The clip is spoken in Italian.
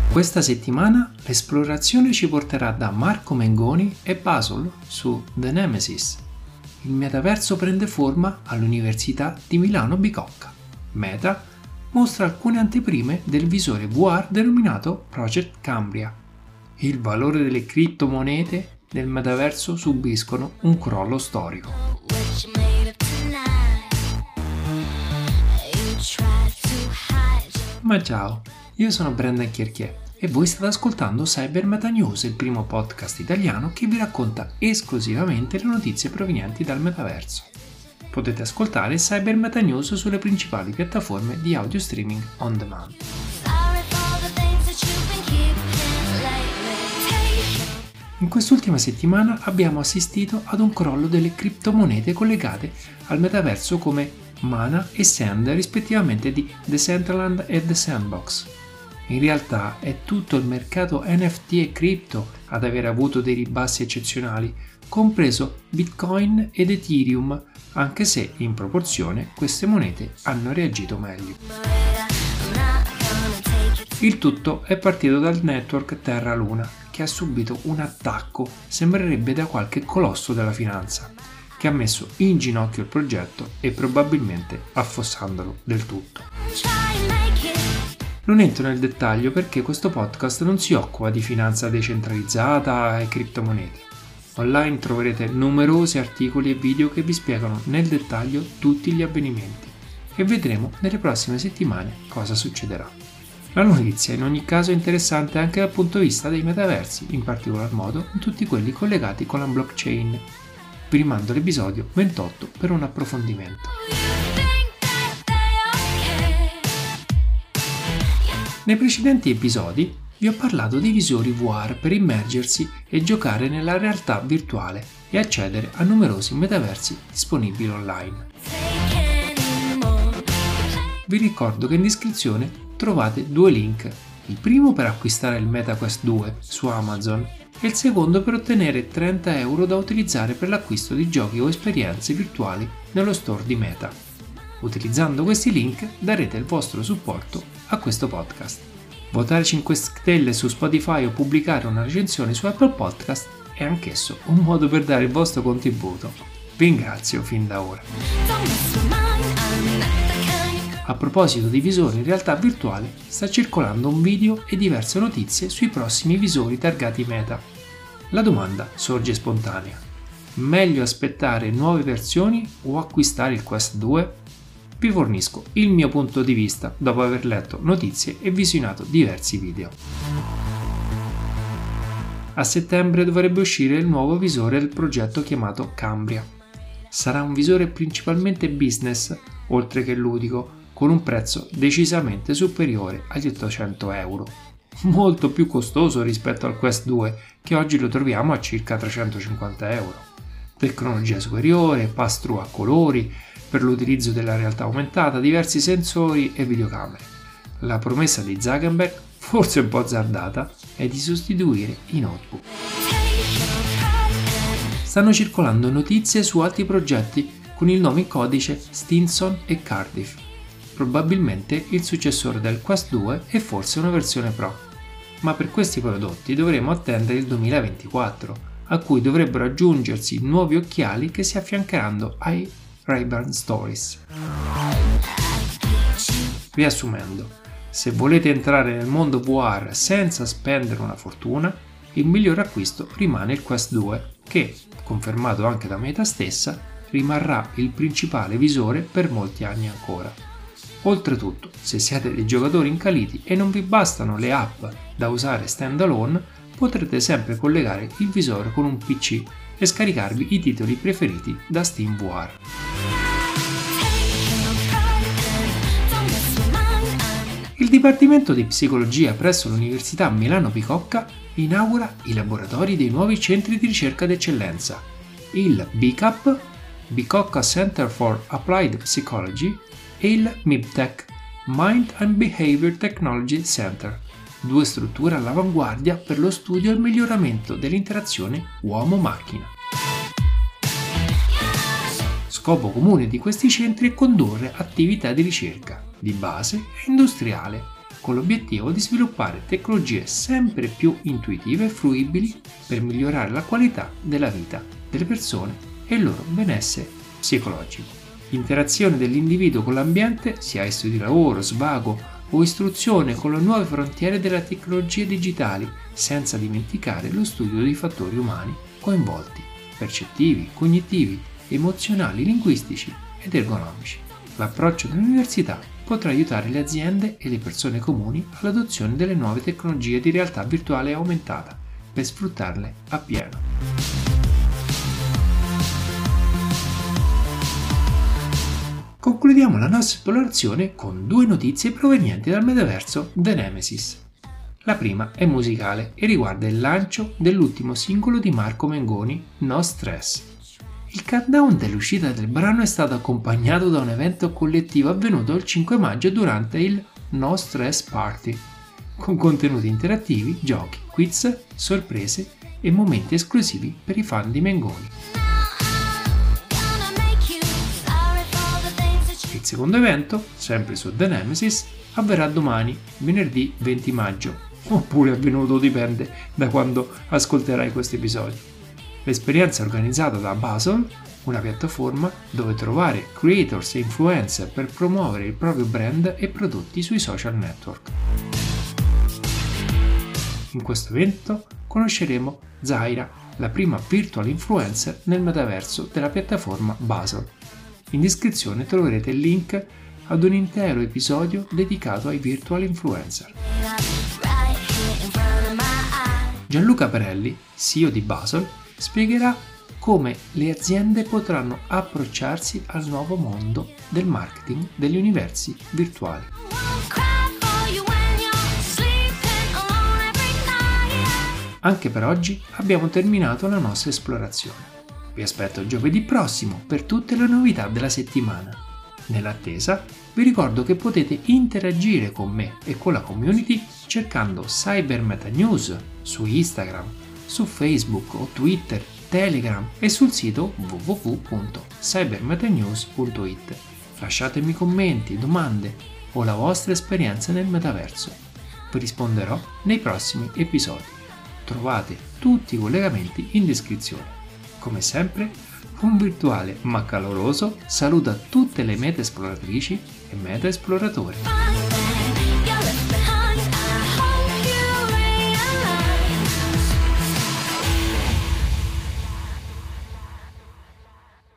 Questa settimana l'esplorazione ci porterà da Marco Mengoni e Basel su The Nemesis. Il metaverso prende forma all'Università di Milano Bicocca. Meta mostra alcune anteprime del visore VR denominato Project Cambria. Il valore delle criptomonete del metaverso subiscono un crollo storico. Ma ciao, io sono Brendan Chierchier e voi state ascoltando Cyber Meta News, il primo podcast italiano che vi racconta esclusivamente le notizie provenienti dal metaverso. Potete ascoltare Cyber Meta News sulle principali piattaforme di audio streaming on demand. In quest'ultima settimana abbiamo assistito ad un crollo delle criptomonete collegate al metaverso come Mana e Sand, rispettivamente di Decentraland e The Sandbox. In realtà è tutto il mercato NFT e cripto ad aver avuto dei ribassi eccezionali, compreso Bitcoin ed Ethereum, anche se in proporzione queste monete hanno reagito meglio. Il tutto è partito dal network Terra Luna, che ha subito un attacco, sembrerebbe da qualche colosso della finanza, che ha messo in ginocchio il progetto e probabilmente affossandolo del tutto. Non entro nel dettaglio perché questo podcast non si occupa di finanza decentralizzata e criptomonete. Online troverete numerosi articoli e video che vi spiegano nel dettaglio tutti gli avvenimenti e vedremo nelle prossime settimane cosa succederà. La notizia in ogni caso è interessante anche dal punto di vista dei metaversi, in particolar modo in tutti quelli collegati con la blockchain. Vi rimando all'episodio 28 per un approfondimento. Nei precedenti episodi vi ho parlato di visori VR per immergersi e giocare nella realtà virtuale e accedere a numerosi metaversi disponibili online. Vi ricordo che in descrizione trovate due link, il primo per acquistare il MetaQuest 2 su Amazon e il secondo per ottenere 30 euro da utilizzare per l'acquisto di giochi o esperienze virtuali nello store di Meta. Utilizzando questi link darete il vostro supporto a questo podcast. Votare 5 stelle su Spotify o pubblicare una recensione su Apple Podcast è anch'esso un modo per dare il vostro contributo. Vi ringrazio fin da ora. A proposito di visori in realtà virtuale, sta circolando un video e diverse notizie sui prossimi visori targati Meta. La domanda sorge spontanea: meglio aspettare nuove versioni o acquistare il Quest 2? Vi fornisco il mio punto di vista dopo aver letto notizie e visionato diversi video. A settembre dovrebbe uscire il nuovo visore del progetto chiamato Cambria. Sarà un visore principalmente business, oltre che ludico, con un prezzo decisamente superiore agli 800 euro, molto più costoso rispetto al Quest 2 che oggi lo troviamo a circa 350 euro. Tecnologia superiore, pass-through a colori, per l'utilizzo della realtà aumentata, diversi sensori e videocamere. La promessa di Zuckerberg, forse un po' azzardata, è di sostituire i notebook. Stanno circolando notizie su altri progetti con il nome in codice Stinson e Cardiff. Probabilmente il successore del Quest 2 e forse una versione Pro. Ma per questi prodotti dovremo attendere il 2024, a cui dovrebbero aggiungersi nuovi occhiali che si affiancheranno ai Ray-Ban Stories. Riassumendo, se volete entrare nel mondo VR senza spendere una fortuna, il migliore acquisto rimane il Quest 2 che, confermato anche da Meta stessa, rimarrà il principale visore per molti anni ancora. Oltretutto, se siete dei giocatori incalliti e non vi bastano le app da usare standalone, potrete sempre collegare il visore con un PC e scaricarvi i titoli preferiti da Steam VR. Il Dipartimento di Psicologia presso l'Università Milano Bicocca inaugura i laboratori dei nuovi centri di ricerca d'eccellenza, il BCAP, Bicocca Center for Applied Psychology, e il MIBTech, Mind and Behavior Technology Center, due strutture all'avanguardia per lo studio e il miglioramento dell'interazione uomo-macchina. Scopo comune di questi centri è condurre attività di ricerca, di base e industriale, con l'obiettivo di sviluppare tecnologie sempre più intuitive e fruibili per migliorare la qualità della vita delle persone e il loro benessere psicologico. L'interazione dell'individuo con l'ambiente, sia esso di lavoro, svago o istruzione, con le nuove frontiere delle tecnologie digitali, senza dimenticare lo studio dei fattori umani coinvolti, percettivi, cognitivi, emozionali, linguistici ed ergonomici. L'approccio dell'università potrà aiutare le aziende e le persone comuni all'adozione delle nuove tecnologie di realtà virtuale aumentata per sfruttarle appieno. Concludiamo la nostra esplorazione con 2 notizie provenienti dal metaverso The Nemesis. La prima è musicale e riguarda il lancio dell'ultimo singolo di Marco Mengoni, No Stress. Il countdown dell'uscita del brano è stato accompagnato da un evento collettivo avvenuto il 5 maggio durante il No Stress Party, con contenuti interattivi, giochi, quiz, sorprese e momenti esclusivi per i fan di Mengoni. Il secondo evento, sempre su The Nemesis, avverrà domani, venerdì 20 maggio, oppure avvenuto, dipende da quando ascolterai questo episodio. L'esperienza è organizzata da Basel, una piattaforma dove trovare creators e influencer per promuovere il proprio brand e prodotti sui social network. In questo evento conosceremo Zaira, la prima virtual influencer nel metaverso della piattaforma Basel. In descrizione troverete il link ad un intero episodio dedicato ai virtual influencer. Gianluca Perelli, CEO di Basel, spiegherà come le aziende potranno approcciarsi al nuovo mondo del marketing degli universi virtuali. Anche per oggi abbiamo terminato la nostra esplorazione. Vi aspetto giovedì prossimo per tutte le novità della settimana. Nell'attesa, vi ricordo che potete interagire con me e con la community cercando CyberMetaNews su Instagram, su Facebook o Twitter, Telegram e sul sito www.cybermetanews.it. Lasciatemi commenti, domande o la vostra esperienza nel metaverso. Vi risponderò nei prossimi episodi. Trovate tutti i collegamenti in descrizione. Come sempre, un virtuale ma caloroso saluto a tutte le meta esploratrici e meta esploratori.